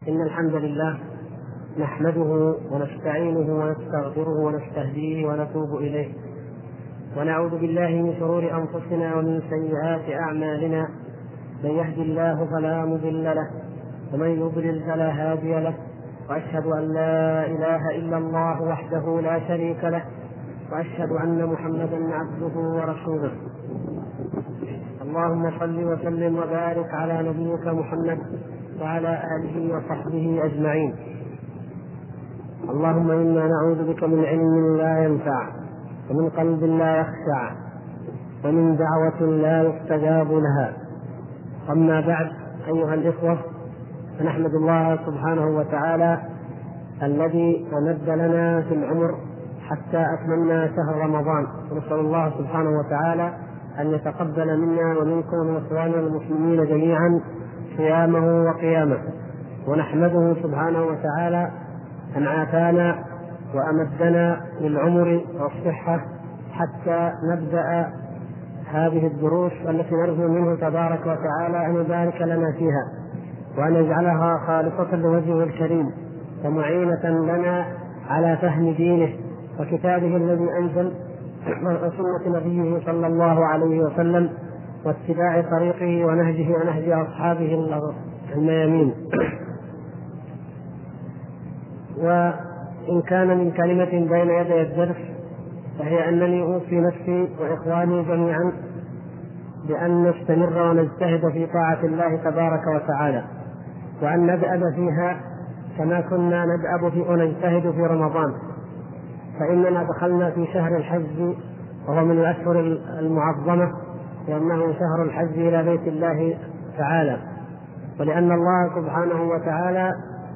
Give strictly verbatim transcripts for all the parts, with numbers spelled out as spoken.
إن الحمد لله نحمده ونستعينه ونستغفره ونستهديه ونتوب إليه، ونعوذ بالله من شرور أنفسنا ومن سيئات أعمالنا. من يهد الله فلا مضل له ومن يضلل فلا هادي له، وأشهد أن لا إله إلا الله وحده لا شريك له، وأشهد أن محمدا عبده ورسوله. اللهم صل وسلم وبارك على نبيك محمد وعلى آله وصحبه أجمعين. اللهم إنا نعوذ بك من علم لا ينفع، ومن قلب لا يخشع، ومن دعوة لا يستجاب لها. أما بعد، أيها الإخوة، فنحمد الله سبحانه وتعالى الذي أمد لنا في العمر حتى أتممنا شهر رمضان، ونسأل الله سبحانه وتعالى أن يتقبل منا ومنكم وإخواننا المسلمين جميعا صيامه وقيامه. ونحمده سبحانه وتعالى أن عافانا وأمدنا بالعمر والصحة حتى نبدأ هذه الدروس التي نرجو منه تبارك وتعالى أن يبارك لنا فيها، وأن يجعلها خالصة لوجهه الكريم ومعينة لنا على فهم دينه وكتابه الذي أنزل وسنة نبيه صلى الله عليه وسلم، واتباع طريقه ونهجه ونهج أصحابه الميامين. وإن كان من كلمة بين يدي الدرس فهي أنني أوصي نفسي وإخواني جميعا بأن نستمر ونجتهد في طاعة الله تبارك وتعالى، وأن ندأب فيها كما كنا ندأب في ونجتهد في رمضان. فإننا دخلنا في شهر الحج، وهو من الأشهر المعظمة، لأنه شهر الحج إلى بيت الله تعالى، ولأن الله سبحانه وتعالى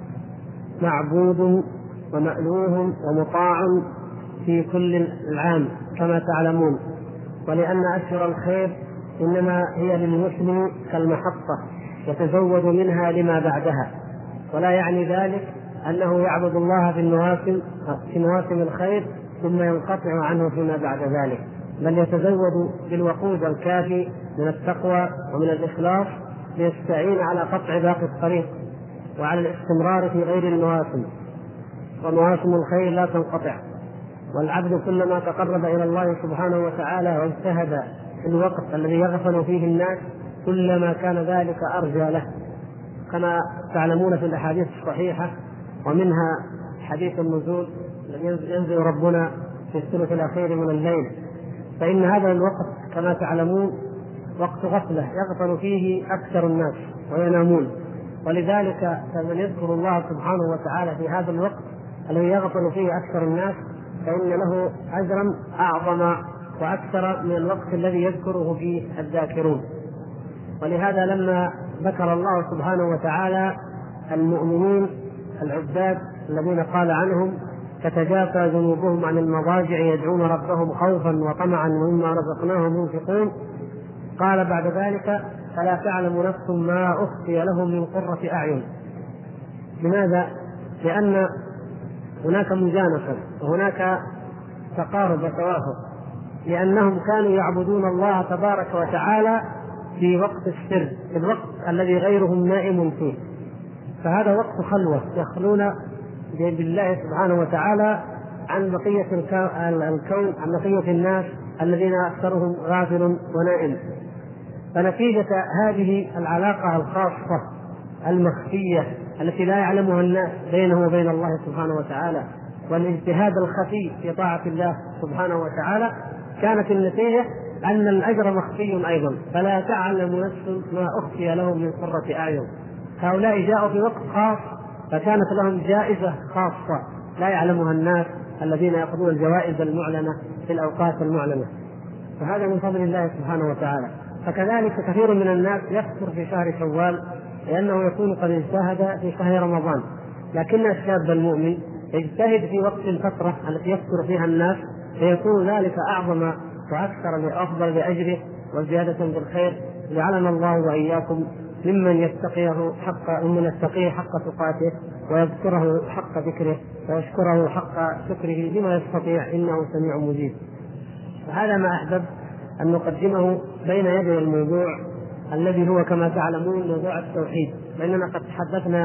معبود ومألوه ومطاع في كل العام كما تعلمون، ولأن أشهر الخير إنما هي للمسلم كالمحطة يتزود منها لما بعدها، ولا يعني ذلك أنه يعبد الله في المواسم في مواسم الخير ثم ينقطع عنه فيما بعد ذلك، بل يتزود بالوقود الكافي من التقوى ومن الإخلاص ليستعين على قطع باقي الطريق وعلى الاستمرار في غير المواسم. ومواسم الخير لا تنقطع، والعبد كلما تقرب إلى الله سبحانه وتعالى واجتهد في الوقت الذي يغفل فيه الناس كلما كان ذلك أرجى له، كما تعلمون في الأحاديث الصحيحة، ومنها حديث النزول ينزل ربنا في الثلث الأخير من الليل. فإن هذا الوقت كما تعلمون وقت غفلة يغفل فيه أكثر الناس وينامون، ولذلك فمن يذكر الله سبحانه وتعالى في هذا الوقت الذي يغفل فيه أكثر الناس فإن له أجرا أعظم وأكثر من الوقت الذي يذكره فيه الذاكرون. ولهذا لما ذكر الله سبحانه وتعالى المؤمنين العباد الذين قال عنهم تتجافى جنوبهم عن المضاجع يدعون ربهم خوفا وطمعا ومما رزقناهم ينفقون، قال بعد ذلك فلا تعلم نفس ما أخفي لهم من قرة أعين. لماذا؟ لأن هناك مجانسة وهناك تقارب وتوافق، لأنهم كانوا يعبدون الله تبارك وتعالى في وقت السر، في الوقت الذي غيرهم نائم فيه، فهذا وقت خلوة يخلون بالله سبحانه وتعالى عن بقية الكون، عن بقية الناس الذين أكثرهم غافل ونائم. فنتيجة هذه العلاقة الخاصة المخفية التي لا يعلمها الناس بينه وبين الله سبحانه وتعالى، والاجتهاد الخفي في طاعة الله سبحانه وتعالى، كانت النتيجة أن الأجر مخفي أيضا، فلا تعلم نفس ما أخفي لهم من قرة أعين. هؤلاء جاءوا في وقت خاص فكانت لهم جائزة خاصة لا يعلمها الناس الذين يأخذون الجوائز المعلنة في الأوقات المعلنة، فهذا من فضل الله سبحانه وتعالى. فكذلك كثير من الناس يكثر في شهر شوال لأنه يكون قد اجتهد في شهر رمضان، لكن الشاب المؤمن يجتهد في وقت الفترة التي يكثر فيها الناس فيكون ذلك أعظم وأكثر وأفضل لأجره وزيادة بالخير. جعلنا الله وإياكم ممن يتقيه حق ممن يتقيه حق تقاته ويذكره حق ذكره ويشكره حق شكره بما يستطيع، إنه سميع مجيب. وهذا ما أحبب أن نقدمه بين يدي الموضوع الذي هو كما تعلمون موضوع التوحيد، لأننا قد تحدثنا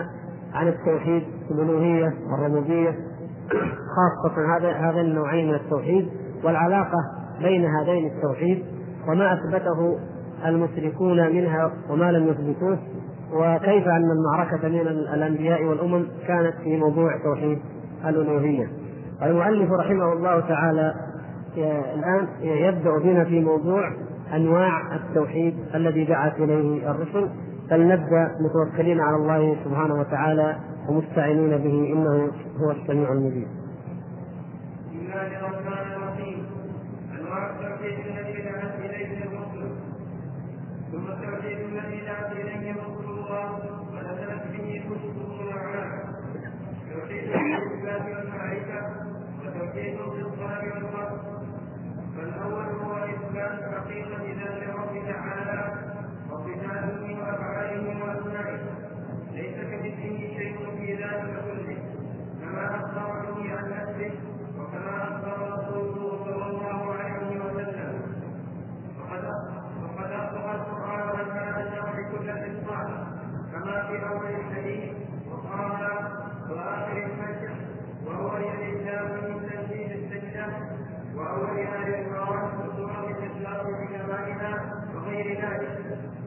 عن التوحيد الألوهية والربوبية، خاصة هذين النوعين من التوحيد والعلاقة بين هذين التوحيد وما أثبته المشركون منها وما لم يثبتوه، وكيف أن المعركة بين الأنبياء والأمم كانت في موضوع توحيد الألوهية. المؤلف رحمه الله تعالى الآن يبدأ بنا في موضوع أنواع التوحيد الذي دعت إليه الرسل، فلنبدأ متوكلين على الله سبحانه وتعالى ومستعينين به، إنه هو السميع المجيب. بسم الله الرحمن الرحيم. أنواع التوحيد الذي دعت إليه الرسل. ثم التوحيد الذي دعت إليه رسول الله ونزلت به كتبه نوعان: توحيد الإثبات والمعرفة، وتوحيد الإصرار والقصد. فالأول هو إثبات حقيقة ذات الرب تعالى وصفاته وأفعاله وأسمائه، ليس كمثله شيء في ذلك كله، كما أخبر به عن نفسه وكما أخبر رسوله صلى الله عليه وسلم. وقد أخبر القرآن عن هذا النوع كل إصرار، كما في أول الحديث وقال وآخر الفجر، وهو الإسلام من تنزيل السجدة، وأول آل عمران وسورة الإخلاص بكمالها وغير ذلك.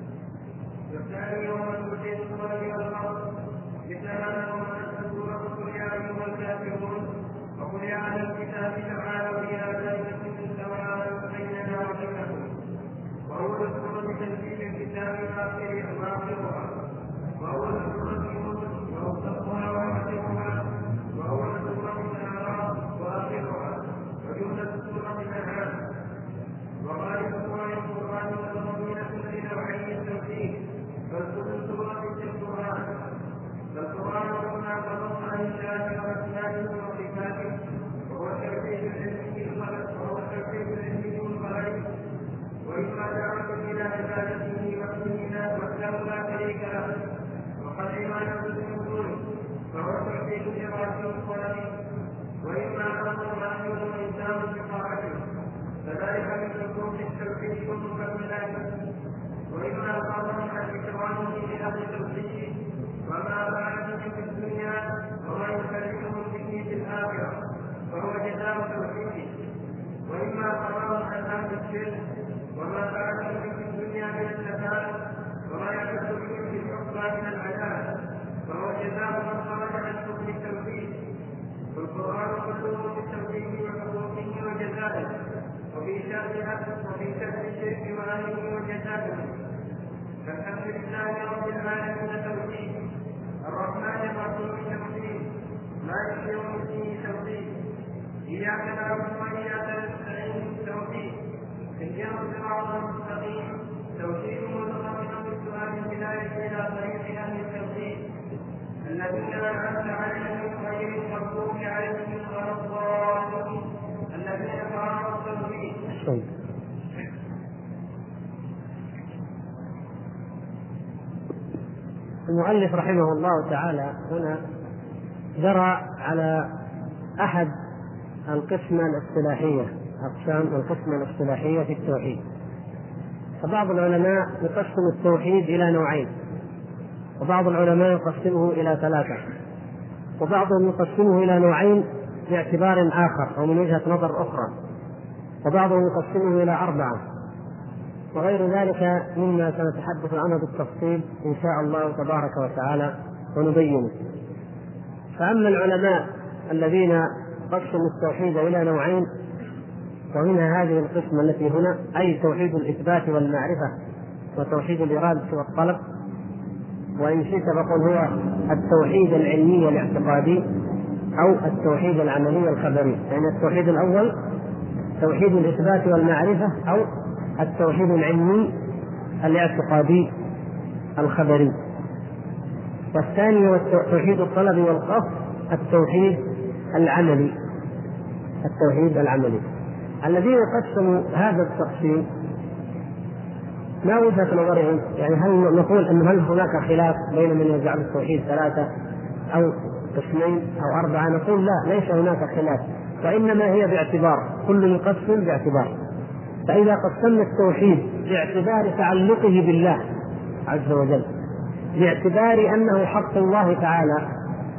والثاني هو توحيد الصلاة والقصد، مثل هذا ومن سورة قل يا أيها الكافرون وقل يا أهل الكتاب تعالوا إلى كلمة سواء بيننا وبينكم، وأول سورة تنزيل الكتاب وآخرها، وأول سورة يونس وأوسطها وآخرها، وأول سورة الأعراف وآخرها، وجملة سورة الأنعام. وغالب سور القرآن والمضمونة لنوعي التوحيد، بل كل سورة في القرآن. فالقرآن كما تضمن الله وأسمائه وصفاته، وهو التوحيد العلمي وهو التوحيد العلمي الغالب، وإما دعوة إلى عبادته وحده لا شريك له، وقد إيمان بالرسول فهو توحيد الإرادة والقلم، وإما أمر نهي وإنسان بطاعته فذلك من حقوق التوحيد والمكملات، وإما قضاء إكرامه لأهل التوحيد وما فعله في الدنيا وما يكلمهم به في الآخرة فهو جزاء توحيده، وإما قضاء عن أهل الشرك وما فعله في الدنيا من الشفاعة وما يحس به في الحكم من العذاب فهو جزاء من خرج عن حكم التوحيد. والقرآن كله في التوحيد وحقوقه وجزائه، وفي شأن وفي شأن الشرك وأهله وجزائه. فالحمد لله رب العالمين توحيد، الرحمن الرحيم توحيد، مالك يوم الدين توحيد، إياك نعبد وإياك نستعين توحيد، اهدنا الصراط المستقيم توحيد متضمن بالسؤال الهداية إلى طريق أهل التوحيد الذين أنعمت عليهم غير المغضوب عليهم ولا الضالين الذين قاموا التوحيد. المؤلف رحمه الله تعالى هنا جرى على أحد القسمة الاصطلاحية، أقسام القسمة الاصطلاحية في التوحيد. فبعض العلماء يقسم التوحيد إلى نوعين، وبعض العلماء يقسمه إلى ثلاثة، وبعضهم يقسمه إلى نوعين باعتبار آخر أو من وجهة نظر أخرى، وبعضهم يقسمه إلى أربعة، وغير ذلك مما سنتحدث عنه بالتفصيل إن شاء الله تبارك وتعالى ونبينه. فأما العلماء الذين قسموا التوحيد إلى نوعين، ومنها هذه القسمة التي هنا، أي توحيد الإثبات والمعرفة وتوحيد الإرادة والطلب، وإن شئت فقل هو التوحيد العلمي الاعتقادي أو التوحيد العملي الخبري. يعني التوحيد الأول توحيد الإثبات والمعرفة أو التوحيد العلمي الاعتقادي الخبري، والثاني هو توحيد الطلب والقصد التوحيد العملي التوحيد العملي. الذين قسموا هذا التقسيم ما وجهة نظرهم؟ يعني هل نقول أن هل هناك خلاف بين من يجعل التوحيد ثلاثة أو قسمين أو أربعة؟ نقول لا، ليس هناك خلاف، وإنما هي باعتبار، كل يقسم باعتبار. فإذا قسمنا التوحيد باعتبار تعلقه بالله عز وجل، باعتبار أنه حق الله تعالى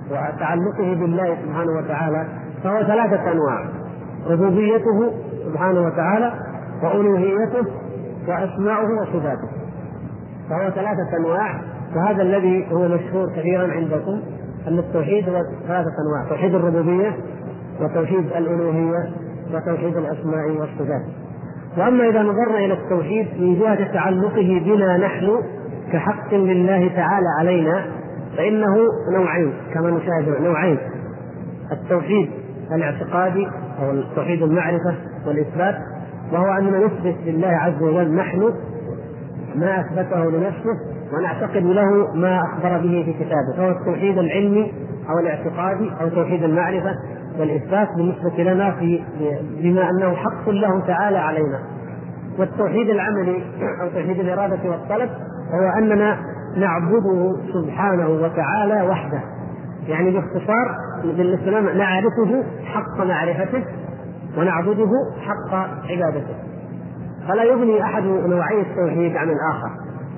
وتعلقه بالله سبحانه وتعالى فهو ثلاثة أنواع: ربوبيته سبحانه وتعالى، وألوهيته، وأسماؤه وصفاته. فهو ثلاثة أنواع، وهذا الذي هو مشهور كثيرا عندكم أن التوحيد هو ثلاثة أنواع: توحيد الربوبية، وتوحيد الألوهية، وتوحيد الأسماء والصفات. وأما إذا نظرنا إلى التوحيد من جهة تعلقه بنا نحن كحق لله تعالى علينا فإنه نوعين كما نشاهد، نوعين: التوحيد الاعتقادي أو توحيد المعرفة والإثبات، وهو أننا نثبت لله عز وجل نحن ما أثبته لنفسه ونعتقد له ما أخبر به في كتابه، فهو التوحيد العلمي أو الاعتقادي أو توحيد المعرفة والإثبات بالنسبة لنا في بما أنه حق له تعالى علينا. والتوحيد العملي أو توحيد الإرادة والطلب هو أننا نعبده سبحانه وتعالى وحده، يعني باختصار بالنسبة لنا نعرفه حق معرفته ونعبده حق عبادته، فلا يغني أحد نوعي التوحيد عن الآخر.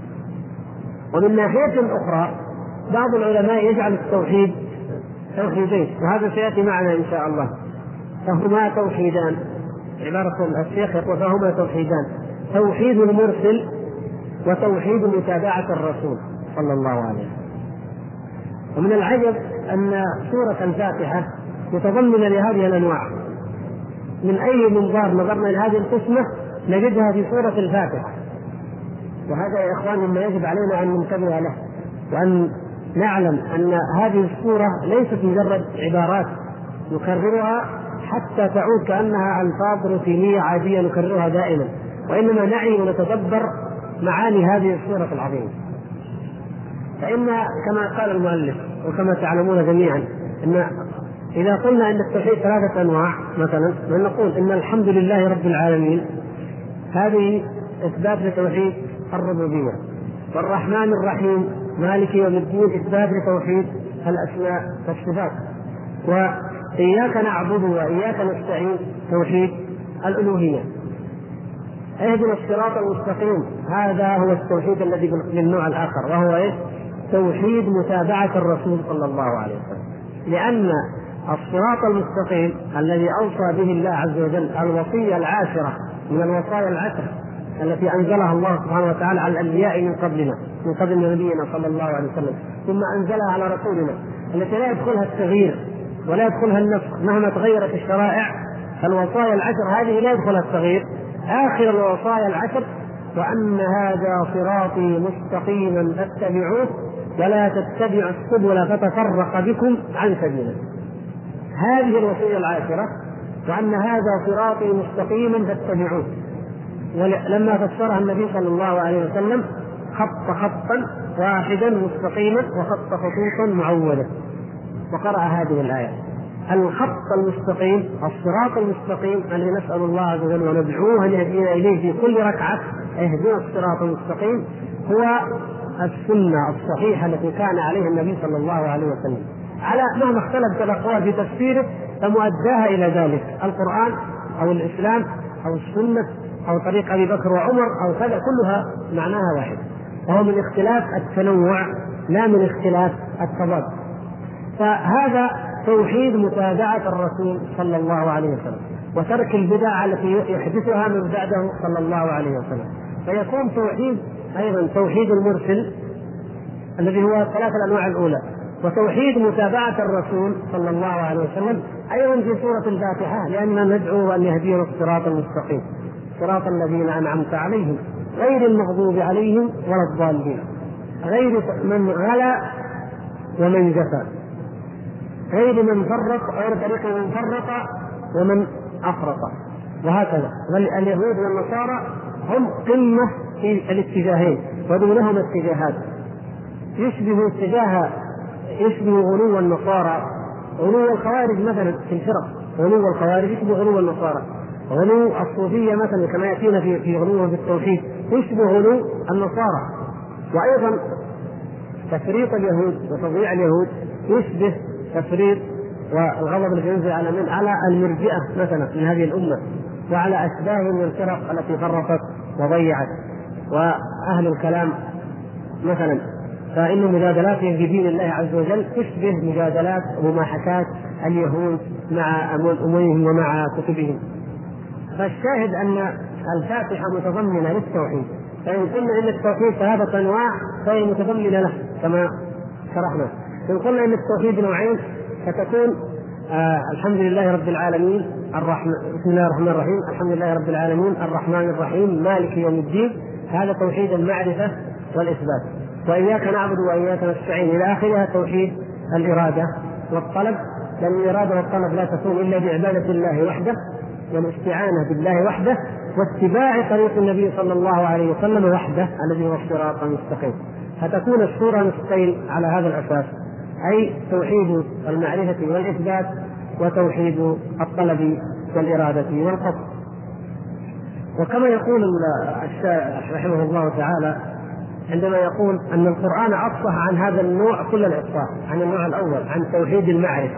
ومن ناحية أخرى بعض العلماء يجعل التوحيد توحيدين، وهذا سيأتي معنا إن شاء الله. فهما توحيدان، عبارة الشيخ يقول فهما توحيدان: توحيد المرسل وتوحيد متابعة الرسول صلى الله عليه وسلم. ومن العجب أن سورة الفاتحة متضمنة لهذه الأنواع، من أي منظار نظرنا إلى هذه القسمة نجدها في سورة الفاتحة. وهذا يا إخوان مما يجب علينا أن ننتبه له، وأن نعلم أن هذه السورة ليست مجرد عبارات نكررها حتى تعود كأنها ألفاظ روتينية عادية نكررها دائما، وإنما نعي ونتدبر معاني هذه السورة العظيمة. فإن كما قال المؤلف وكما تعلمون جميعا أن إذا قلنا أن التوحيد ثلاثة أنواع مثلا، نقول إن الحمد لله رب العالمين، هذه إثبات لتوحيد الربوبية، والرحمن الرحيم مالك يوم الدين إثبات لتوحيد الأسماء والصفات، وإياك نعبد وإياك نستعين توحيد الألوهية. اهدنا الصراط المستقيم، هذا هو التوحيد الذي للنوع الآخر، وهو إيه؟ توحيد متابعة الرسول صلى الله عليه وسلم. لأن الصراط المستقيم الذي أوصى به الله عز وجل، الوصية العاشرة من الوصايا العشر التي أنزلها الله سبحانه وتعالى على الأنبياء من قبلنا من قبل نبينا صلى الله عليه وسلم، ثم أنزلها على رسولنا، التي لا يدخلها التغيير ولا يدخلها النسخ مهما تغيرت الشرائع. الوصايا العشر هذه لا يدخلها التغيير. آخر الوصايا العشر: وأن هذا صراطي مستقيما فاتبعوه ولا تتبعوا السبل فتفرق بكم عن سبيله. هذه الوصية العاشرة: وأن هذا صراطي مستقيما فاتبعوه. ولما فسرها النبي صلى الله عليه وسلم خط خطا واحدا مستقيما وخط خطوطا معوده، وقرأ هذه الآية. الخط المستقيم، الصراط المستقيم الذي نسأل الله عز وجل وندعوه أن يهدينا إليه في كل ركعة، اهدنا الصراط المستقيم، هو السنة الصحيحة التي كان عليها النبي صلى الله عليه وسلم، على مهما اختلفت الأقوال في تفسيره فمؤداها إلى ذلك القرآن أو الإسلام أو السنة أو طريق أبي بكر وعمر أو كذا، كلها معناها واحد، وهو من اختلاف التنوع لا من اختلاف التضاد. فهذا توحيد متابعة الرسول صلى الله عليه وسلم وترك البدع التي يحدثها من بعده صلى الله عليه وسلم. فيكون توحيد أيضا توحيد المرسل الذي هو ثلاث الأنواع الأولى، وتوحيد متابعة الرسول صلى الله عليه وسلم أيضا في سورة الفاتحة، لأننا ندعو أن يهدينا الصراط المستقيم، صراط الذين أنعمت عليهم غير المغضوب عليهم ولا الضالين، غير من غلا ومن جفا، غير من فرق غير طريق من فرق ومن أفرط، وهكذا. واليهود والنصارى هم قمة في الاتجاهين ودونهم اتجاهات، يشبه اتجاه يشبه غلو النصارى، غلو الخوارج مثلا في الفرق، غلو الخوارج يشبه غلو النصارى، غلو الصوفية مثلا كما يأتينا في في غلوهم في التوحيد يشبه غلو النصارى. وأيضا تفريط اليهود وتضييع اليهود يشبه تفريط والغضب الذي ينزل على من على المرجئة مثلا من هذه الأمة، وعلى أشباه من الفرق التي فرطت وضيعت، وأهل الكلام مثلا فإن مجادلاتهم في دين الله عز وجل تشبه مجادلات ومماحكات اليهود مع أممهم ومع كتبهم. فالشاهد أن الفاتحة متضمنة للتوحيد، فإن قلنا إن التوحيد ثلاثة أنواع فهي متضمنة له كما شرحنا. إن قلنا إن التوحيد نوعين فتكون آه الحمد لله رب العالمين الرحمن بسم الله الرحمن الرحيم الحمد لله رب العالمين الرحمن الرحيم مالك يوم الدين، هذا توحيد المعرفة والإثبات. وإياك نعبد وإياك نستعين إلى آخرها توحيد الإرادة والطلب، لأن الإرادة والطلب لا تكون إلا بعبادة الله وحده والاستعانة بالله وحده واتباع طريق النبي صلى الله عليه وسلم وحده الذي هو الصراط المستقيم. فتكون الصورة نصفين على هذا الأساس، أي توحيد المعرفة والإثبات وتوحيد الطلب والإرادة والقصد. وكما يقول الشارح رحمه الله تعالى عندما يقول أن القرآن أفصح عن هذا النوع كل الإفصاح، عن النوع الأول عن توحيد المعرفة.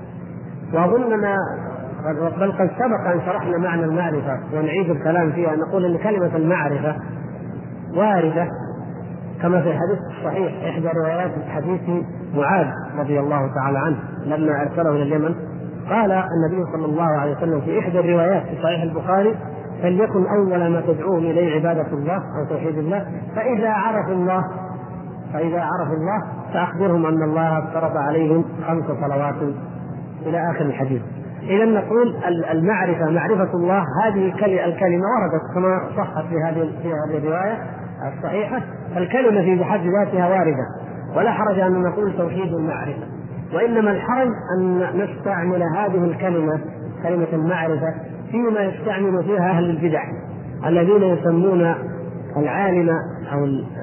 وأظننا بل قد سبق أن شرحنا معنى المعرفة ونعيد الكلام فيها، نقول أن كلمة المعرفة واردة كما في الحديث الصحيح إحدى روايات حديث معاذ رضي الله تعالى عنه لما أرسله إلى اليمن، قال النبي صلى الله عليه وسلم في إحدى الروايات في صحيح البخاري: فليكن أول ما تدعوهم إليه عبادة الله أو توحيد الله، فإذا عرفوا الله فإذا عرفوا الله فأخبرهم أن الله افترض عليهم خمس صلوات إلى آخر الحديث. إذا نقول المعرفة معرفة الله هذه الكلمة وردت كما صحت في هذه في هذه الرواية الصحيحة، فالكلمة في بحد ذاتها واردة ولا حرج أن نقول توحيد المعرفة، وإنما الحرج أن نستعمل هذه الكلمة كلمة المعرفة فيما يستعمل فيها أهل البدع الذين يسمون العالم أو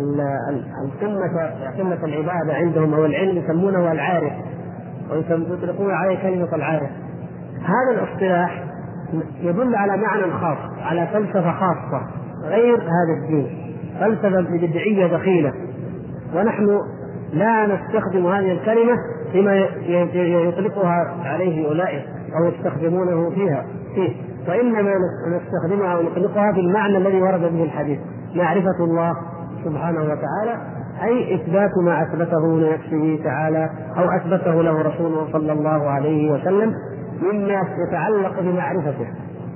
القمة قمة العبادة عندهم أو العلم يسمونه العارف ويطلقون عليه كلمة العارف. هذا الاصطلاح يدل على معنى خاص، على فلسفة خاصة غير هذا الدين، فلسفة بدعية دخيلة، ونحن لا نستخدم هذه الكلمة فيما يطلقها عليه أولئك أو يستخدمونه فيها فيه، وإنما نستخدمها ونطلقها بالمعنى الذي ورد به الحديث: معرفة الله سبحانه وتعالى، أي إثبات ما أثبته لنفسه تعالى أو أثبته له رسوله صلى الله عليه وسلم مما يتعلق بمعرفته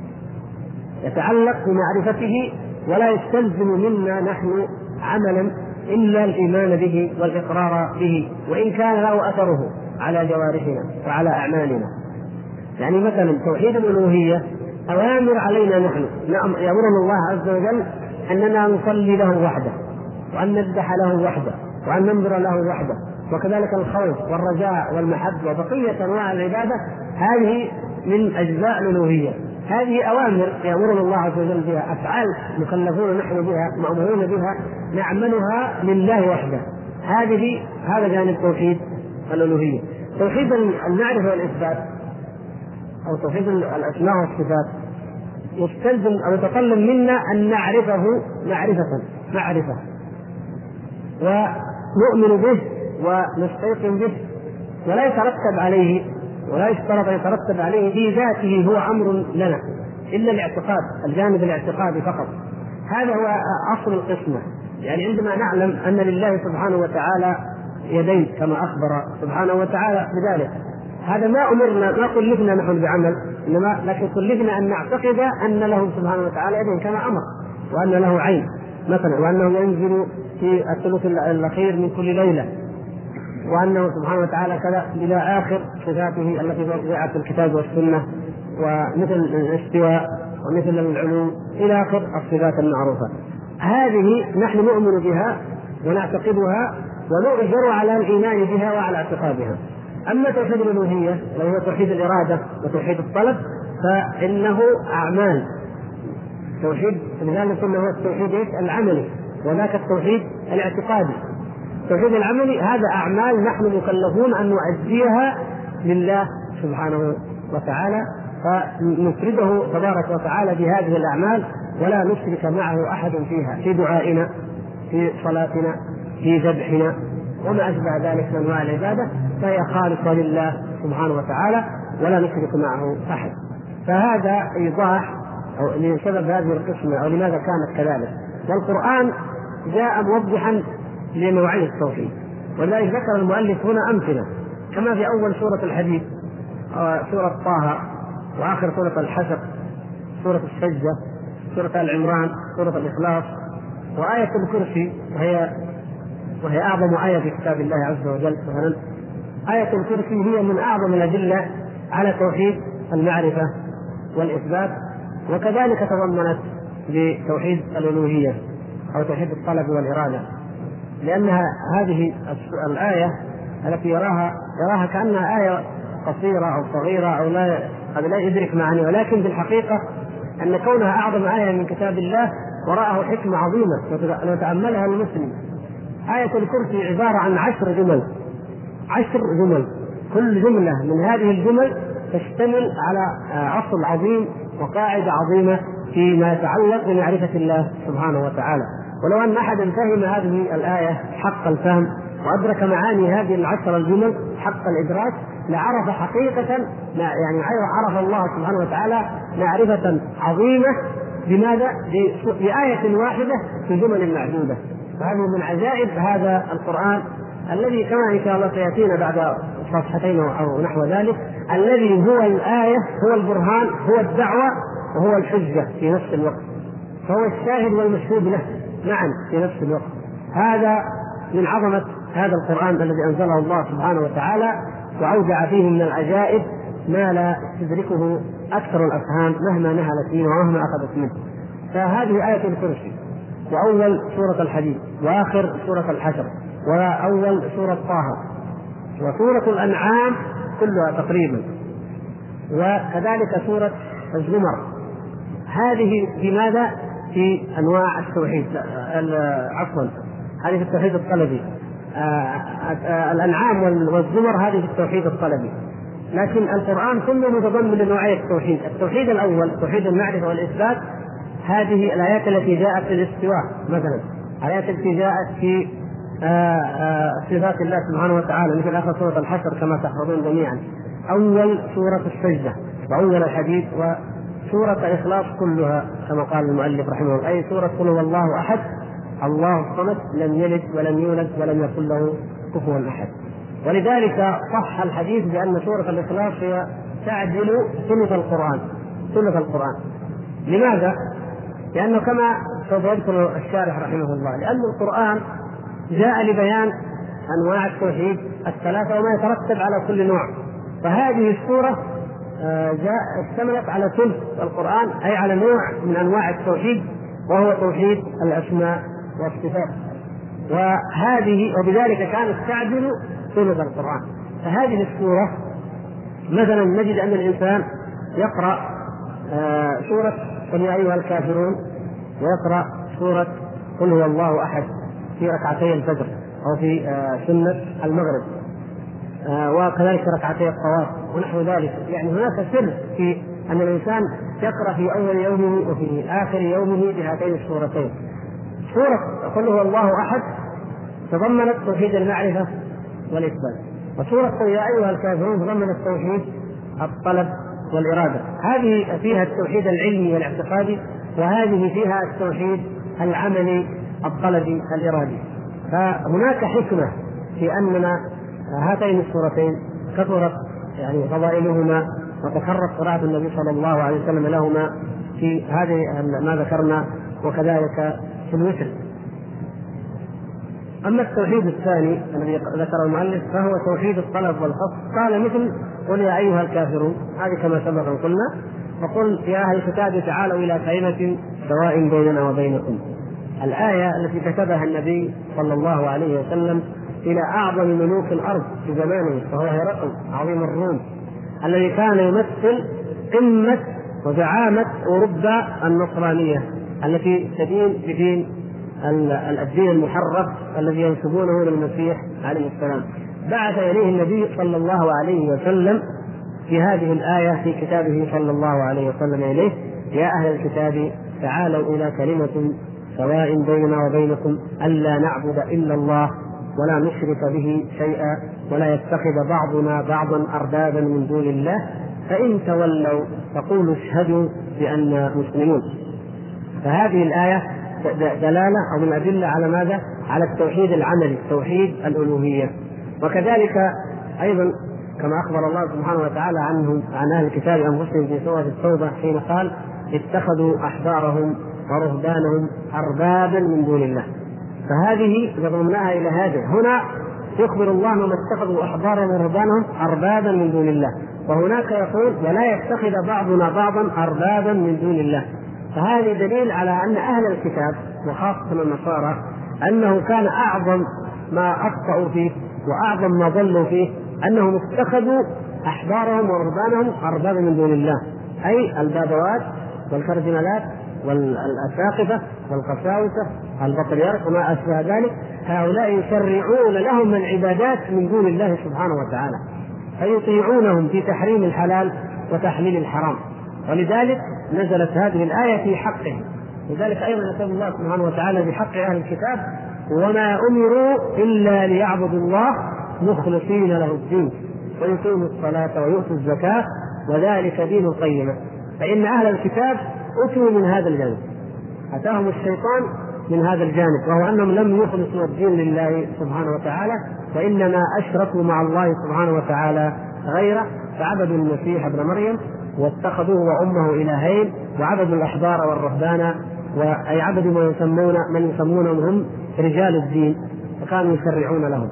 يتعلق بمعرفته ولا يستلزم منا نحن عملا إلا الإيمان به والإقرار به، وإن كان له أثره على جوارحنا وعلى أعمالنا. يعني مثلا توحيد الألوهية أوامر علينا نحن، يأمرنا الله عز وجل أننا نصلي له وحده، وأن نذبح له وحده، وأن ننظر له وحده، وكذلك الخوف والرجاء والمحبة وبقية أنواع العبادة، هذه من أجزاء الألوهية، هذه أوامر يأمرنا الله عز وجل بها، أفعال مكلفون نحن بها مأمورون بها نعملها لله وحده. هذه هذا جانب توحيد الألوهية. توحيد المعرفة والإثبات أو توحيد الأسماء والصفات يستلزم أو يتطلب منا أن نعرفه معرفة معرفة ونؤمن به ونستيقن به، ولا يترتب عليه ولا يشترط أن يترتب عليه في ذاته هو أمر لنا إلا الاعتقاد، الجانب الاعتقادي فقط. هذا هو أصل القسمة. يعني عندما نعلم أن لله سبحانه وتعالى يدين كما أخبر سبحانه وتعالى بذلك، هذا ما أمرنا ما كلفنا نحن بعمل، إنما لكن كلفنا أن نعتقد أن له سبحانه وتعالى يدين كما أمر، وأن له عين مثلا، وأنه ينزل في الثلث الأخير من كل ليلة، وأنه سبحانه وتعالى كذا إلى آخر صفاته التي جاءت في الكتاب والسنة، ومثل الاستواء ومثل العلو إلى آخر الصفات المعروفة. هذه نحن نؤمن بها ونعتقدها ونؤجر على الإيمان بها وعلى اعتقادها. أما توحيد الألوهية وهو توحيد الإرادة وتوحيد الطلب فإنه أعمال توحيد، لذلك هو التوحيد العملي وذاك التوحيد الاعتقادي. التوحيد العملي هذا أعمال نحن مكلفون أن نؤديها لله سبحانه وتعالى، فنفرده تبارك وتعالى بهذه الأعمال ولا نشرك معه أحد فيها، في دعائنا، في صلاتنا، في ذبحنا وما أشبه ذلك من أنواع العبادة، فهي خالصة لله سبحانه وتعالى ولا نشرك معه أحد. فهذا إيضاح أو لسبب هذه القسمة أو لماذا كانت كذلك. والقرآن جاء موضحا لنوعي التوحيد، ولذلك ذكر المؤلف هنا أمثلة كما في أول سورة الحديد، سورة طه، وآخر سورة الحشر، سورة السجدة، سورة آل عمران، سورة الإخلاص، وآية الكرسي وهي وهي أعظم آية في كتاب الله عز وجل. مثلا آية الكرسي هي من أعظم الأدلة على توحيد المعرفة والإثبات، وكذلك تضمنت لتوحيد الألوهية أو توحيد الطلب والإرادة، لأنها هذه الآية التي يراها يراها كأنها آية قصيرة أو صغيرة أو لا قد لا يدرك معاني، ولكن في الحقيقة أن كونها أعظم آية من كتاب الله وراءه حكمة عظيمة لو تأملها المسلم. آية الكرسي عبارة عن عشر جمل، عشر جمل، كل جملة من هذه الجمل تشتمل على أصل عظيم وقاعدة عظيمة فيما يتعلق بمعرفة الله سبحانه وتعالى. ولو أن أحدا فهم هذه الآية حق الفهم وأدرك معاني هذه العشر الجمل حق الإدراك لعرف حقيقة، يعني عرف الله سبحانه وتعالى معرفة عظيمة. بماذا؟ بآية واحدة في جمل معدودة. فهذه من عجائب هذا القرآن الذي كما إن شاء الله سيأتينا بعد صفحتين أو نحو ذلك، الذي هو الآية، هو البرهان، هو الدعوة، وهو الحجة في نفس الوقت، فهو الشاهد والمشهود له معا في نفس الوقت. هذا من عظمة هذا القرآن الذي أنزله الله سبحانه وتعالى، وأودع فيه من العجائب ما لا تدركه أكثر الأفهام مهما نهلت منه ومهما أخذت منه. فهذه آية الكرسي، وأول سورة الحديد، وآخر سورة الحشر، وأول سورة طه، وسورة الأنعام كلها تقريبا، وكذلك سورة الزمر. هذه في ماذا؟ في أنواع التوحيد، عفوا هذه في التوحيد الطلبي. الأنعام والزمر هذه في التوحيد الطلبي، لكن القرآن كله متضمن لنوعية التوحيد. التوحيد الأول توحيد المعرفة والإثبات، هذه الآيات التي جاءت في الاستواء، مثلا الآيات التي جاءت في صفات الله سبحانه وتعالى مثل آخر سورة الحشر كما تحفظون جميعا، أول سورة السجدة، وأول الحديث، وسورة الإخلاص كلها كما قال المؤلف رحمه الله، أي سورة قل هو الله أحد الله الصمد لم يلد ولم يولد ولم يكن له كفوا أحد. ولذلك صح الحديث بأن سورة الإخلاص هي تعدل ثلث القرآن، ثلث القرآن. لماذا؟ لأنه كما سوف يذكر الشارح رحمه الله، لأن القرآن جاء لبيان أنواع التوحيد الثلاثة وما يترتب على كل نوع، فهذه السورة جاء اشتملت على ثلث القرآن، أي على نوع من أنواع التوحيد وهو توحيد الأسماء والصفات، وهذه وبذلك كانت تعدل ثلث القرآن. فهذه السورة مثلا نجد أن الإنسان يقرأ سورة قل يا أيها الكافرون، ويقرأ سورة قل هو الله أحد في ركعتي الفجر أو في سنة المغرب، وكذلك ركعتي الطواف ونحو ذلك. يعني هناك سر في أن الإنسان يقرأ في أول يومه وفي آخر يومه بهاتين السورتين. سورة قل هو الله أحد تضمنت توحيد المعرفة والإثبات، وسورة قل يا أيها الكافرون تضمنت توحيد الطلب والإرادة. هذه فيها التوحيد العلمي والاعتقادي، وهذه فيها التوحيد العملي الطلبي الإرادي. فهناك حكمة في أننا هاتين السورتين كثرت يعني فضائلهما وتكررت قراءة النبي صلى الله عليه وسلم لهما في هذه ما ذكرنا، وكذلك في الوتر. أما التوحيد الثاني الذي ذكره المؤلف فهو توحيد الطلب والخص. قال مثل قل يا أيها الكافرون، هذه كما سبق قلنا، وقل يا أهل الكتاب تعالوا إلى كلمة سواء بيننا وبينكم. الآية التي كتبها النبي صلى الله عليه وسلم إلى أعظم ملوك الأرض في زمانه، وهو هرقل عظيم الروم الذي كان يمثل قمة وزعامة أوروبا النصرانية التي تدين بدين الدين المحرف الذي ينسبونه للمسيح عليه السلام. بعث إليه النبي صلى الله عليه وسلم في هذه الآية في كتابه صلى الله عليه وسلم إليه: يا أهل الكتاب تعالوا إلى كلمة سواء بيننا وبينكم ألا نعبد إلا الله ولا نشرك به شيئا ولا يتخذ بعضنا بعضا أربابا من دون الله فإن تولوا فقولوا اشهدوا بأننا مسلمون. فهذه الآية دلالة أو من أدلة على ماذا؟ على التوحيد العملي، توحيد الألوهية. وكذلك أيضا كما أخبر الله سبحانه وتعالى عنهم عن أهل الكتاب أنفسهم في سورة التوبة حين قال اتخذوا أحبارهم ورهبانهم أربابا من دون الله. فهذه ضمناها إلى هذا. هنا يخبر الله أنهم اتخذوا أحبارهم ورهبانهم أربابا من دون الله، وهناك يقول ولا يتخذ بعضنا بعضا أربابا من دون الله. فهذا دليل على أن أهل الكتاب وخاصة النصارى أنه كان أعظم ما أخطأوا فيه وأعظم ما ضلوا فيه أنهم اتخذوا أحبارهم ورهبانهم أربابا من دون الله، أي البابوات والكاردينالات والأساقفة والقساوسة البطريرك وما أشبه ذلك، هؤلاء يشرعون لهم العبادات من دون الله سبحانه وتعالى، فيطيعونهم في تحريم الحلال وتحليل الحرام. ولذلك نزلت هذه الآية في حقهم. لذلك أيضا يقول الله سبحانه وتعالى بحق أهل الكتاب وما أمروا إلا ليعبدوا الله مخلصين له الدين ويقيموا الصلاة ويؤتوا الزكاة وذلك دين القيمة. فإن أهل الكتاب أتوا من هذا الجانب، أتاهم الشيطان من هذا الجانب، وهو أنهم لم يخلصوا الدين لله سبحانه وتعالى وإنما أشركوا مع الله سبحانه وتعالى غيره، فعبدوا المسيح ابن مريم واتخذوه وأمه إلهين وعبدوا الأحبار والرهبان، وأي عبدوا من يسمون من يسمونهم هم رجال الدين فكانوا يشرعون لهم.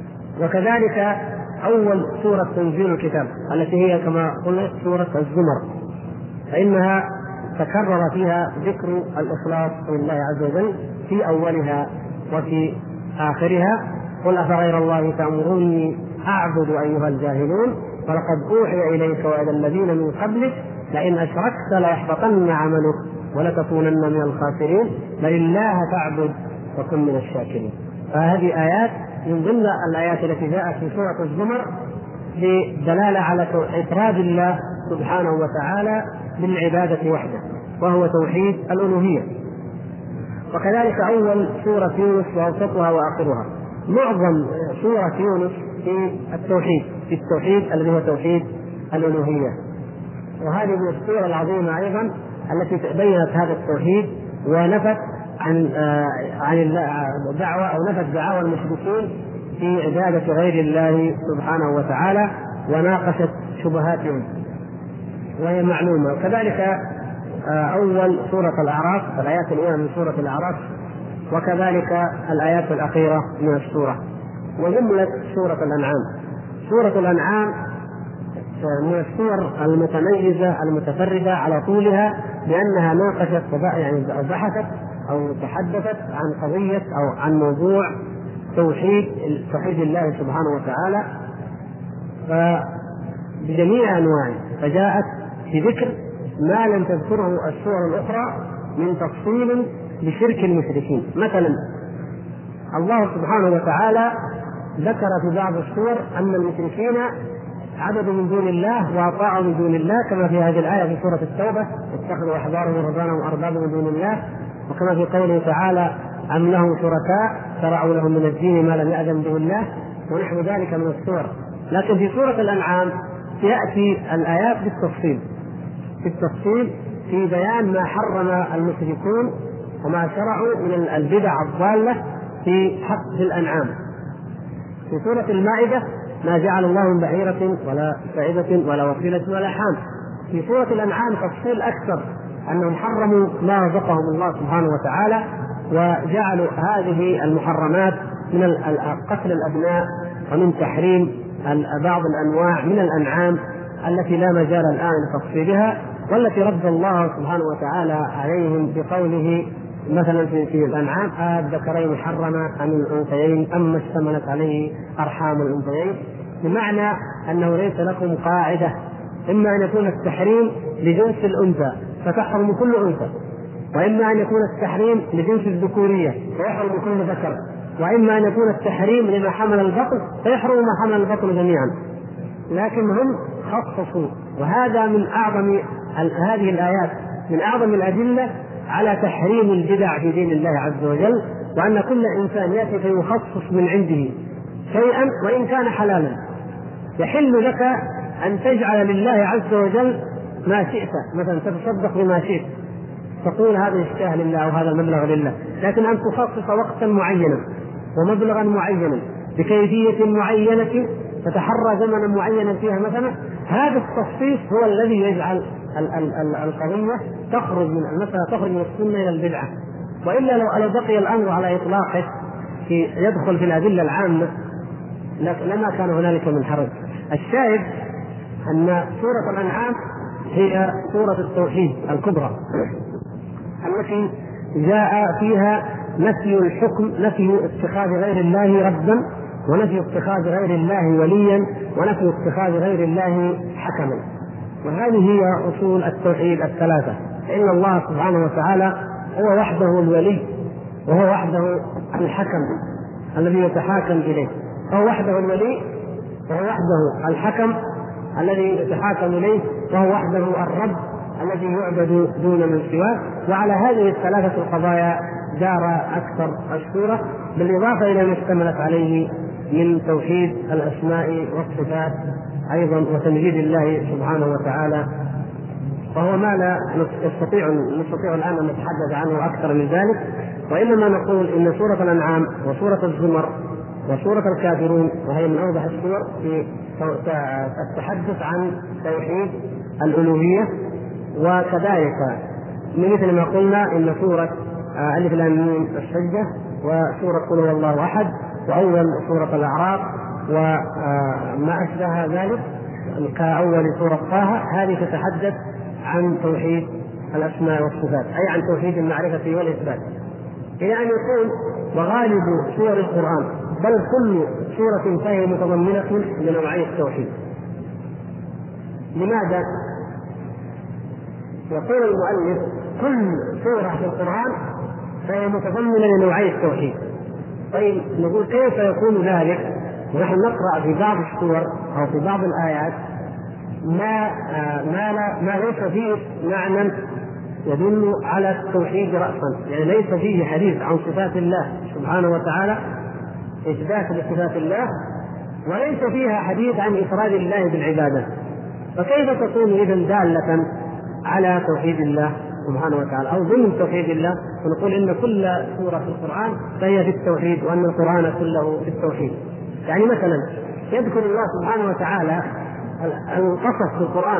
وكذلك أول سورة تنزيل الكتاب التي هي كما قلنا سورة الزمر، فإنها تكرر فيها ذكر الإخلاص لله عز وجل في أولها وفي آخرها. قل أفغير الله تأمروني أعبد أيها الجاهلون ولقد أوحي إليك وإلى الذين من قبلك لئن أشركت ليحبطن عملك ولتكونن من الخاسرين بل الله فاعبد وكن من الشاكرين. فهذه آيات من ضمن الآيات التي جاءت في سورة الزمر لدلالة على إفراد الله سبحانه وتعالى بالعبادة وحده وهو توحيد الألوهية. وكذلك أول سورة يونس وأوسطها وآخرها. معظم سورة يونس في التوحيد في التوحيد الذي هو توحيد الألوهية، وهذه من السورة العظيمة أيضا التي بينت هذا التوحيد ونفت عن عن الدعوة أو نفت دعاوى المشركين في عبادة غير الله سبحانه وتعالى وناقشت شبهاتهم وهي معلومة. وكذلك أول سورة الأعراف الآيات الأولى من سورة الأعراف، وكذلك الآيات الأخيرة من السورة. وجملة سورة الأنعام. سورة الأنعام من السور المتميزة المتفردة على طولها لأنها ناقشت يعني أو بحثت أو تحدثت عن قضية أو عن موضوع توحيد توحيد الله سبحانه وتعالى بجميع أنواعه، فجاءت بذكر ما لم تذكره السور الأخرى من تفصيل لشرك المشركين. مثلا الله سبحانه وتعالى ذكر في بعض السور أن المشركين عبدوا من دون الله وأطاعوا من دون الله، كما في هذه الآية في سورة التوبة اتخذوا أحبارهم ورهبانهم أربابا من دون الله، وكما في قوله تعالى أم لهم شركاء شرعوا لهم من الدين ما لم يأذن به الله ونحو ذلك من السور. لكن في سورة الأنعام يأتي الآيات بالتفصيل في التفصيل في بيان ما حرم المشركون وما شرعوا من البدع الضالة في حق الأنعام. في سورة المائدة ما جعل الله من بحيرة ولا سائبة ولا وصيلة ولا حام. في سورة الأنعام تفصيل أكثر أنهم حرموا ما رزقهم الله سبحانه وتعالى وجعلوا هذه المحرمات من قتل الأبناء ومن تحريم بعض الأنواع من الأنعام التي لا مجال الآن لتفصيلها، والتي رد الله سبحانه وتعالى عليهم بقوله مثلا في الأنعام الذكرين حرم عن الأنثيين أما اشتملت عليه أرحام الأنثيين، بمعنى أنه ليس لكم قاعدة إما أن يكون التحريم لجنس الأنثى فتحرم كل أنثى، وإما أن يكون التحريم لجنس الذكورية فيحرم كل ذكر، وإما أن يكون التحريم لما حمل البطن فيحرم ما حمل البطن جميعا. لكن هم خصصوا، وهذا من أعظم هذه الآيات من أعظم الأدلة على تحريم البدع في دين الله عز وجل، وأن كل إنسان يأتي فيخصص من عنده شيئا وإن كان حلالا. يحل لك أن تجعل لله عز وجل ما شئت، مثلا تتصدق بما شئت تقول هذا الشاه لله أو هذا المبلغ لله، لكن أن تخصص وقتا معينا ومبلغا معينا بكيفية معينة تتحرى زمنا معينا فيها مثلا، هذا التخصيص هو الذي يجعل القضية تخرج من المسألة تخرج من السنة إلى البدعة. وإلا لو لو بقي الأمر على إطلاقه في يدخل في الأدلة العامة لما كان هنالك من حرج. الشاهد أن سورة الأنعام هي سورة التوحيد الكبرى التي جاء فيها نفي الحكم، نفي اتخاذ غير الله ربا، ونفي اتخاذ غير الله وليا، ونفي اتخاذ غير الله حكما. وهذه هي أصول التوحيد الثلاثة. فإن الله سبحانه وتعالى هو وحده الولي، وهو وحده الحكم الذي يتحاكم إليه، هو وحده الولي، وهو وحده الحكم الذي يتحاكم إليه، وهو وحده الرب الذي يعبد دون من سواه. وعلى هذه الثلاثة القضايا دار أكثر السورة، بالإضافة إلى ما اشتملت عليه من توحيد الأسماء والصفات أيضا وتمجيد الله سبحانه وتعالى، وهو ما لا نستطيع نستطيع الآن أن نتحدث عنه أكثر من ذلك. وإنما نقول إن سورة الأنعام وسورة الزمر وسورة الكافرون، وهي من أوضح السور في التحدث عن توحيد الألوهية. وكذلك مثل ما قلنا إن سورة ألف لام ميم السجدة، وسورة قل هو الله أحد، وأول سورة الأعراف وما أشبه ذلك كأول سورة طه، هذه تتحدث عن توحيد الأسماء والصفات، أي عن توحيد المعرفة والإثبات. إلى أن يكون وغالب سور القرآن بل كل سورة فهي متضمنة لنوعي التوحيد. لماذا؟ يقول المؤلف كل سورة في القرآن فهي متضمنة لنوعي التوحيد. طيب نقول كيف يكون ذلك ونحن نقرأ في بعض السور أو في بعض الآيات ما ما لا ما ليس فيه معنى يدل على التوحيد رأسا، يعني ليس فيه حديث عن صفات الله سبحانه وتعالى، إثبات لصفات الله، ونليس فيها حديث عن إفراد الله بالعبادة، فكيف تكون إذن دالة على توحيد الله سبحانه وتعالى أو ضمن توحيد الله؟ ونقول إن كل سورة في القرآن فهي في التوحيد، وأن القرآن كله في التوحيد. يعني مثلا يذكر الله سبحانه وتعالى القصص في القرآن،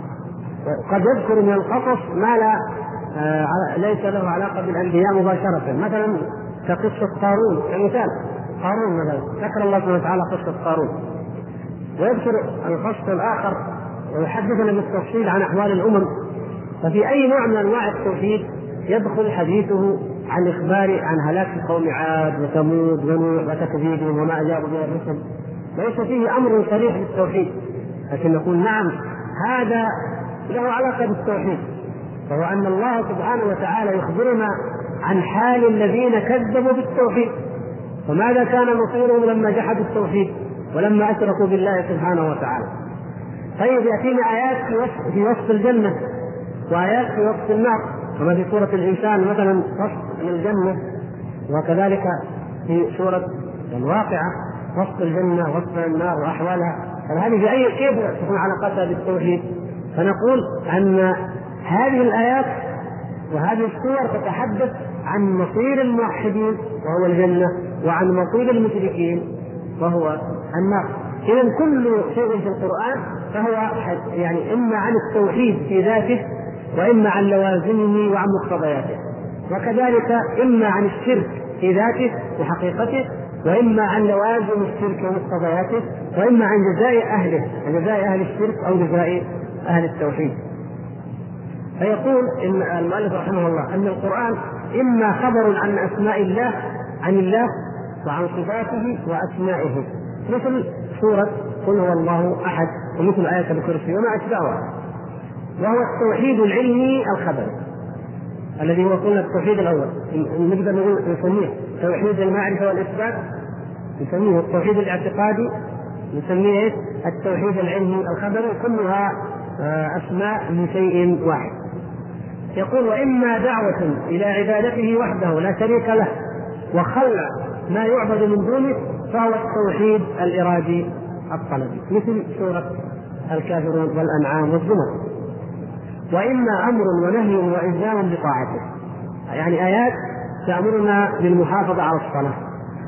قد يذكر من القصص ما لا آه ليس له علاقة بالأنبياء مباشرة، مثلا كقصة قارون كمثال. قارون مثلا ذكر الله سبحانه وتعالى قصة قارون، ويذكر القصة الآخر ويحدثنا بالتفصيل عن أحوال الأمم. ففي أي نوع من أنواع التوحيد يدخل حديثه عن إخبار عن هلاك قوم عاد وثمود ونوح وتكذيبهم وما أجابوا به الرسل، ليس فيه أمر صريح بالتوحيد، لكن نقول نعم هذا له علاقة بالتوحيد، فهو أن الله سبحانه وتعالى يخبرنا عن حال الذين كذبوا بالتوحيد، وماذا كان مصيرهم لما جحدوا التوحيد ولما أشركوا بالله سبحانه وتعالى. طيب يأتينا آيات في وصف, في وصف الجنة، وآيات في وصف النار، كما في سورة الإنسان مثلا وصف الجنة، وكذلك في سورة الواقعة وصف الجنة وصف النار وأحوالها. فهذه في أي كيف تكون علاقتها بالتوحيد؟ فنقول أن هذه الآيات وهذه السور تتحدث عن مصير الموحدين وهو الجنة، وعن مصير المشركين وهو النار. إذن كل شيء في القرآن فهو يعني إما عن التوحيد في ذاته، وإما عن لوازمه وعن مقتضياته، وكذلك إما عن الشرك في ذاته وحقيقته، وإما عن لوازم الشرك ومقتضياته، وإما عن جزاء أهله، عن جزاء أهل الشرك أو جزاء أهل التوحيد. فيقول إن المؤلف رحمه الله أن القرآن إما خبر عن أسماء الله عن الله وعن صفاته وأسمائه، مثل سورة قل هو الله أحد، ومثل آية الكرسي وما أشبهها، وهو التوحيد العلمي الخبري الذي هو قلنا التوحيد الأول، نقدر نقول نسميه توحيد المعرفة والإثبات، نسميه التوحيد الاعتقادي، نسميه التوحيد العلمي الخبري، كلها أسماء من شيء واحد. يقول وإما دعوة إلى عبادته وحده لا شريك له وخلع ما يعبد من دونه، فهو التوحيد الإرادي الطلبي مثل سورة الكافرون والأنعام والزمر. وإما أمر ونهي وإلزام بطاعته، يعني آيات تأمرنا بالمحافظة على الصلاة،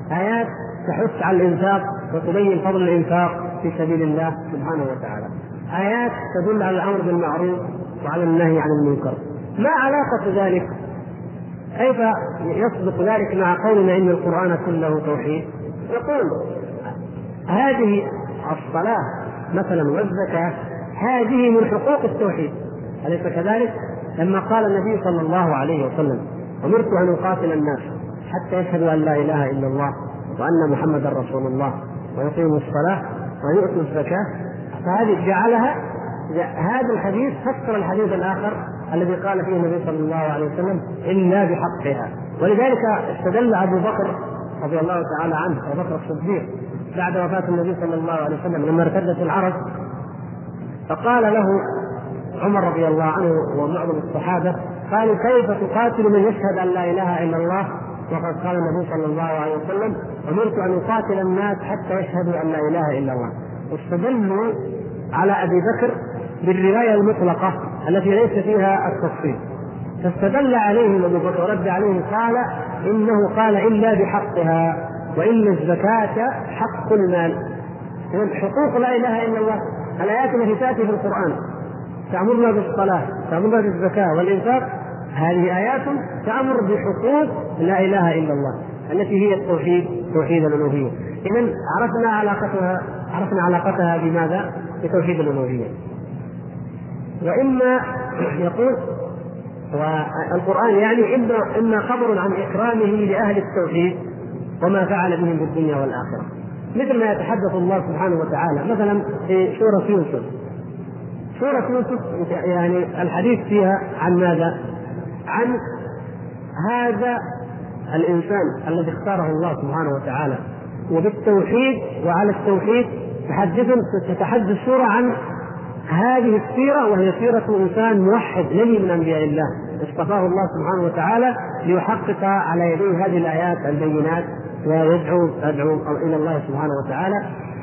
آيات تحث على الإنفاق وتبين فضل الإنفاق في سبيل الله سبحانه وتعالى، آيات تدل على الأمر بالمعروف وعلى النهي عن المنكر. ما علاقة ذلك؟ كيف يصدق ذلك مع قولنا إن القرآن كله توحيد؟ يقول هذه الصلاة مثلا والزكاة هذه من حقوق التوحيد، أليس كذلك؟ لما قال النبي صلى الله عليه وسلم أمرت أن أقاتل الناس حتى يشهدوا أن لا إله إلا الله وأن محمدا رسول الله ويقيموا الصلاة ويؤتوا الزكاة، فهذه جعلها هذا الحديث فسر الحديث الآخر الذي قال فيه النبي صلى الله عليه وسلم إلا بحقها. ولذلك استدل أبو بكر رضي الله تعالى عنه أبو بكر الصديق بعد وفاة النبي صلى الله عليه وسلم لما ارتدت العرب، فقال له عمر رضي الله عنه ومعظم الصحابة قالوا كيف تقاتل من يشهد أن لا إله إلا الله وقد قال النبي صلى الله عليه وسلم أمرت أن أقاتل الناس حتى يشهدوا أن لا إله إلا الله. واستدلوا على أبي بكر بالرواية المطلقة التي ليس فيها التفصيل، فاستدل عليهم أبو بكر ورد عليهم قال إنه قال إلا بحقها وإن الزكاة حق المال. حقوق لا إله إلا الله الآيات التي تأتي في القرآن تأمرنا بالصلاة تأمرنا بالزكاة والإنفاق، هذه آيات تأمر بحقوق لا إله إلا الله التي هي التوحيد توحيد الألوهية. إذن عرفنا علاقتها عرفنا علاقتها بماذا؟ بتوحيد الألوهية. وإما يقول والقرآن يعني إما إما خبر عن إكرامه لأهل التوحيد وما فعل بهم في الدنيا والآخرة، مثل ما يتحدث الله سبحانه وتعالى مثلا في سورة يوسف. سورة يوسف يعني الحديث فيها عن ماذا؟ عن هذا الإنسان الذي اختاره الله سبحانه وتعالى وبالتوحيد وعلى التوحيد تحدث تتحدث السورة عن هذه السيرة، وهي سيرة إنسان موحد نبي من أنبياء الله اصطفاه الله سبحانه وتعالى ليحقق على يديه هذه الآيات البينات ويدعو أدعو إلى الله سبحانه وتعالى.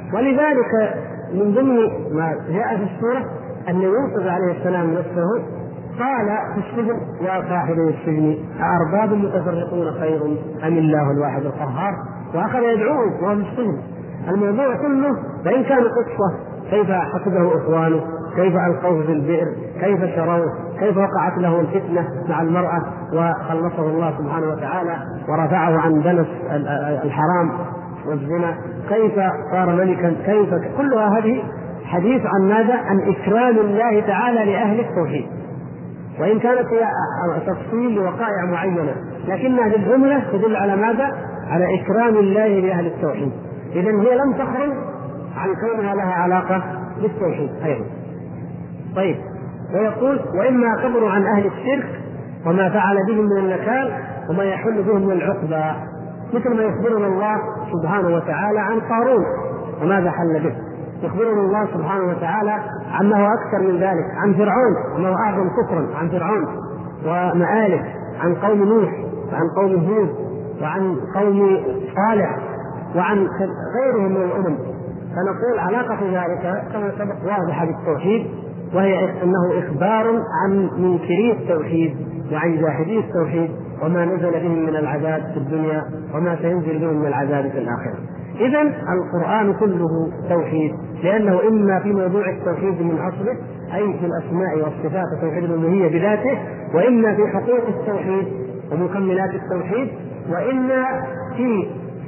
ولذلك من ضمن ما جاء في السورة أن يوسف عليه السلام نفسه قال في السجن يا صاحبي السجن أأرباب متفرقون خير أم الله الواحد القهار، وأخذ يدعوه وهو في السجن. الموضوع كله وإن كان قصة كيف حسده إخوانه، كيف ألقوه في البئر، كيف شروه، كيف وقعت له الفتنة مع المرأة وخلصه الله سبحانه وتعالى ورفعه عن دنس الحرام والزنا، كيف صار ملكا، كيف كلها هذه حديث عن ماذا؟ عن إكرام الله تعالى لأهل التوحيد، وإن كانت هي تفصيل لوقائع معينة لكن هذه الجملة تدل على ماذا؟ على إكرام الله لأهل التوحيد. إذن هي لم تخرج عن كونها لها علاقة بالتوحيد أيضا. طيب، ويقول وإما خبروا عن أهل الشرك وما فعل بهم من النكال وما يحل بهم من العقبى، مثل ما يخبرنا الله سبحانه وتعالى عن قارون وماذا حل به، يخبرنا الله سبحانه وتعالى عما هو أكثر من ذلك عن فرعون وما هو أعظم كفرا، عن فرعون ومآله، عن قوم نوح وعن قوم هود وعن قوم صالح وعن غيرهم من الأمم. فنقول علاقة ذلك كما سبق واضحة بالتوحيد، وهي أنه إخبار عن منكري التوحيد وعن جاحدي التوحيد وما نزل بهم من العذاب في الدنيا وما سينزل بهم من العذاب في الآخرة. إذن القرآن كله توحيد، لأنه إما في موضوع التوحيد من أصله أي في الأسماء والصفات توحيد الألوهية بذاته، وإما في حقوق التوحيد ومكملات التوحيد، وإما في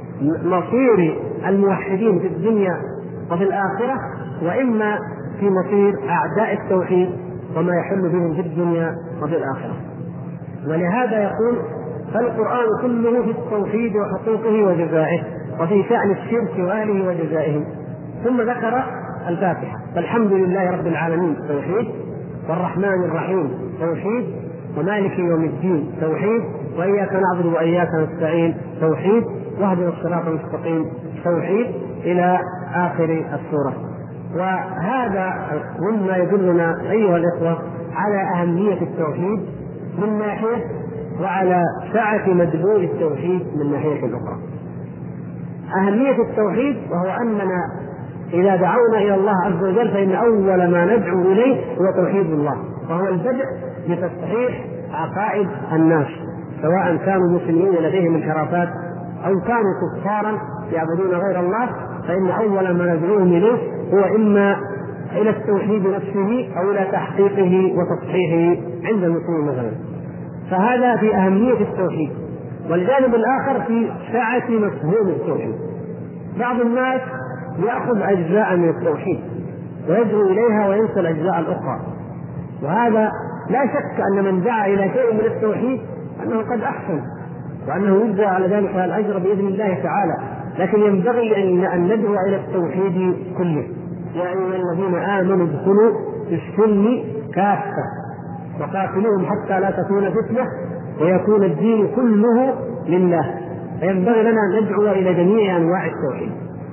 مصير الموحدين في الدنيا وفي الآخرة، وإما في مصير أعداء التوحيد وما يحل بهم في الدنيا وفي الآخرة. ولهذا يقول فالقرآن كله في التوحيد وحقوقه وجزائه وفي شأن الشرك وأهله وجزائهم. ثم ذكر الفاتحة: فالحمد لله رب العالمين توحيد، والرحمن الرحيم توحيد، ومالك يوم الدين توحيد، وإياك نعبد وإياك نستعين توحيد، واهدنا الصراط المستقيم توحيد، إلى آخر السورة. وهذا مما يدلنا أيها الإخوة على أهمية التوحيد من ناحية، وعلى سعة مدلول التوحيد من ناحية أخرى. أهمية التوحيد وهو أننا إذا دعونا إلى الله عز وجل فإن أول ما ندعو إليه هو توحيد الله، وهو البدء بتصحيح عقائد الناس سواء كانوا مسلمين لديهم انحرافات أو كانوا كفارا يعبدون غير الله، فإن أول ما ندعوهم إليه هو إما إلى التوحيد نفسه أو إلى تحقيقه وتصحيحه عند المسلمين مثلا. فهذا في أهمية التوحيد. والجانب الآخر في سعة مفهوم التوحيد. بعض الناس يأخذ أجزاء من التوحيد ويدعو إليها وينسى الأجزاء الأخرى، وهذا لا شك أن من دعا إلى شيء من التوحيد أنه قد أحسن وأنه يجزى على ذلك الأجر بإذن الله تعالى، لكن ينبغي أن ندعو إلى التوحيد كله. يا أيها الذين آمنوا ادخلوا في السلم كافة وقاتلوهم حتى لا تكون فتنة ويكون الدين كله لله. فينبغي لنا أن ندعو إلى جميع أنواع التوحيد.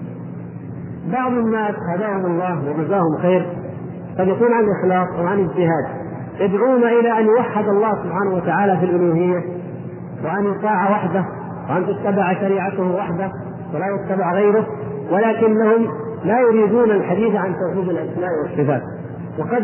بعض الناس هداهم الله وجزاهم خير قد يكون عن الإخلاص أو عن الاجتهاد يدعون إلى أن يوحد الله سبحانه وتعالى في الألوهية، وأن يطاع وحده، وأن تتبع شريعته وحده ولا يتبع غيره، ولكنهم لا يريدون الحديث عن توحيد الأسماء والصفات. وقد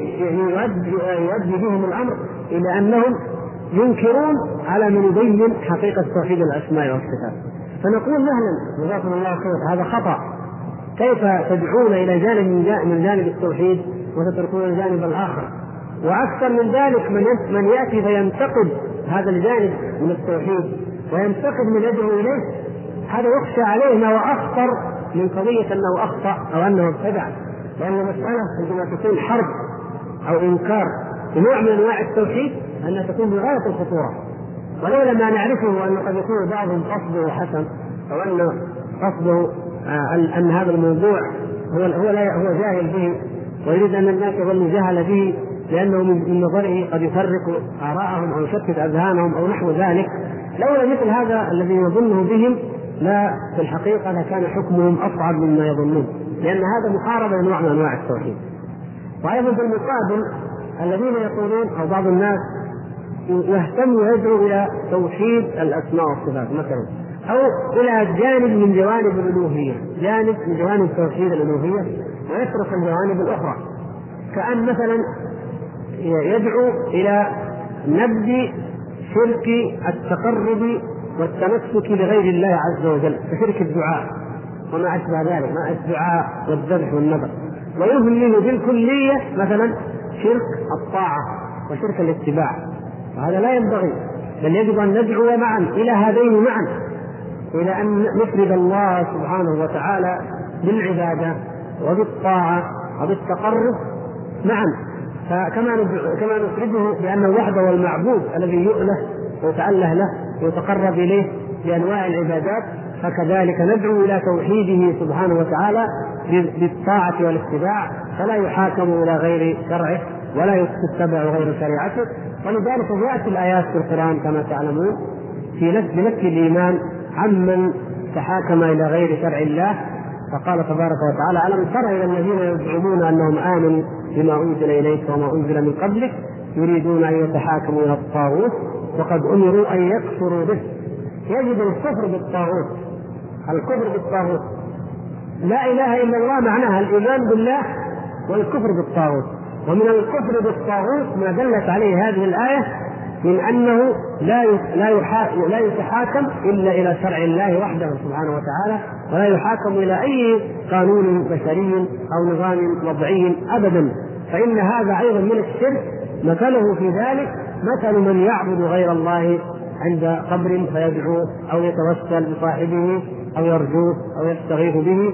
يؤدي بهم الأمر إلى أنهم ينكرون على من يبين حقيقة توحيد الأسماء والصفات. فنقول مهلا جزاكم الله خير، هذا خطأ. كيف تدعون إلى جانب من جانب التوحيد وتتركون الجانب الآخر؟ وأكثر من ذلك من من يأتي فينتقد هذا الجانب من التوحيد وينتقد من يدعو إليه، هذا يخشى عليه ما هو أخطر من قضية أنه أخطأ أو أنه ابتدع. لأن المسألة عندما تكون حرب أو إنكار نوع من أنواع التوحيد أنها تكون بغاية الخطورة، ولولا ما نعرفه أن قد يكون بعضهم قصده حسن أو أن قصده آه أن هذا الموضوع هو هو لا هو جاهل به ويريد أن الناس يظنوا جهل به لأنه من نظره قد يفرق آراءهم أو يشتت أذهانهم أو نحو ذلك. لولا مثل هذا الذي يظنه بهم لا في الحقيقة لكان حكمهم أصعب مما يظنون، لأن هذا محاربة لنوع من أنواع التوحيد. وأيضا في المقابل الذين يقولون أو بعض الناس يهتم ويدعو إلى توحيد الأسماء والصفات مثلا، أو إلى جانب من جوانب الألوهية، جانب من جوانب توحيد الألوهية، ويترك الجوانب الأخرى، كأن مثلا يدعو إلى نبذ شرك التقرب والتمسك بغير الله عز وجل كشرك الدعاء وما أشبه ذلك، ما الدعاء والذبح والنذر، ويهمل بالكلية مثلا شرك الطاعة وشرك الاتباع. وهذا لا ينبغي، بل يجب أن ندعو معا إلى هذين معا، إلى أن نفرد الله سبحانه وتعالى بالعبادة وبالطاعة وبالتقرب معا. فكما كما نفرده بأنه وحده المعبود الذي يؤله ويتأله له ويتقرب إليه بأنواع العبادات، فكذلك ندعو إلى توحيده سبحانه وتعالى بالطاعة والاتباع، فلا يحاكم إلى غير شرعه ولا يتبع غير شريعته. ولذلك جاءت الآيات في القرآن كما تعلمون في نفي الإيمان عمن تحاكم إلى غير شرع الله. فقال تبارك وتعالى: ألم تر إلى الذين يزعمون أنهم آمنوا بما أنزل إليك وما أنزل من قبلك يريدون أن يتحاكموا إلى الطاغوت وقد أمروا أن يكفروا به. يجب الكفر بالطاغوت، الكفر بالطاغوت، لا إله إلا الله معناها الإيمان بالله والكفر بالطاغوت. ومن الكفر بالطاغوت ما دلت عليه هذه الآية من أنه لا لا يتحاكم إلا إلى شرع الله وحده سبحانه وتعالى، ولا يحاكم إلى أي قانون بشري أو نظام وضعي أبدا، فإن هذا أيضا من الشرك. مثله في ذلك مثل من يعبد غير الله عند قبر فيدعوه أو يتوسل بصاحبه أو يرجوه أو يستغيث به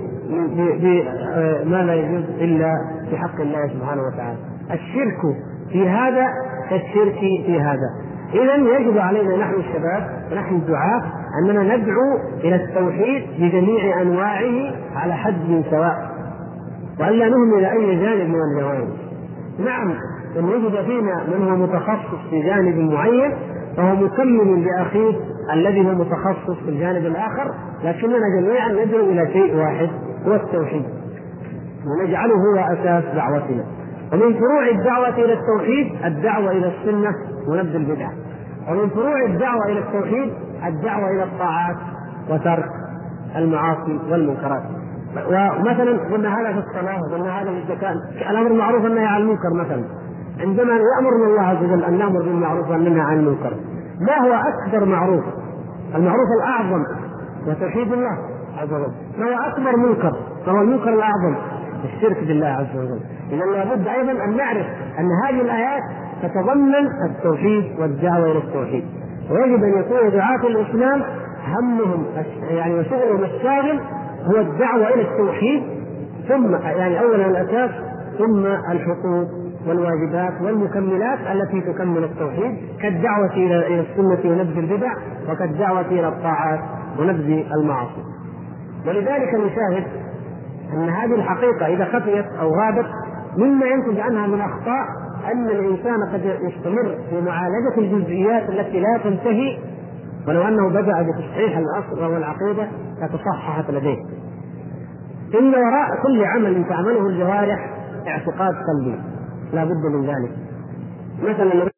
بما لا يجوز إلا بحق الله سبحانه وتعالى. الشرك في هذا كالشرك في هذا. إذن يجب علينا نحن الشباب ونحن الدعاة أننا ندعو إلى التوحيد بجميع أنواعه على حد سواء، وألا نهمل أي جانب من الجوانب. نعم، إن وجد فينا من هو متخصص في جانب معين فهو مكمل لأخيه الذي هو متخصص في الجانب الآخر، لكننا جميعا ندعو إلى شيء واحد هو التوحيد، ونجعله هو أساس دعوتنا. ومن فروع الدعوة إلى التوحيد الدعوة إلى السنة ونبذ البدعة، ومن فروع الدعوة إلى التوحيد الدعوة إلى الطاعات وترك المعاصي والمنكرات. ومثلا قلنا هذا في الصلاة وقلنا هذا في الزكاة، الأمر بالمعروف والنهي عن المنكر. مثلا عندما يأمرنا الله عز وجل أن نأمر بالمعروف وننهى عن المنكر، ما هو أكبر معروف؟ المعروف الأعظم وتوحيد الله عز وجل، فهو أكبر منكر، فهو المنكر الأعظم الشرك بالله عز وجل. إذا لابد أيضا أن نعرف أن هذه الآيات تتضمن التوحيد والدعوة إلى التوحيد، ويجب أن يكون دعاة الإسلام همهم يعني وشغلهم الشاغل هو الدعوة إلى التوحيد، ثم يعني أولا الأساس، ثم الحقوق والواجبات والمكملات التي تكمل التوحيد، كالدعوة إلى السنة ونبذ البدع، وكالدعوة إلى الطاعات ونبذ المعاصي. ولذلك نشاهد أن هذه الحقيقة إذا خفيت أو غابت مما ينتج عنها من أخطاء أن الإنسان قد يستمر في معالجة الجزئيات التي لا تنتهي، ولو أنه بدأ بتصحيح الأصل وهو العقيدة لتصححت لديه. إن وراء كل عمل تعمله الجوارح اعتقاد قلبي لا بد من ذلك. مثلا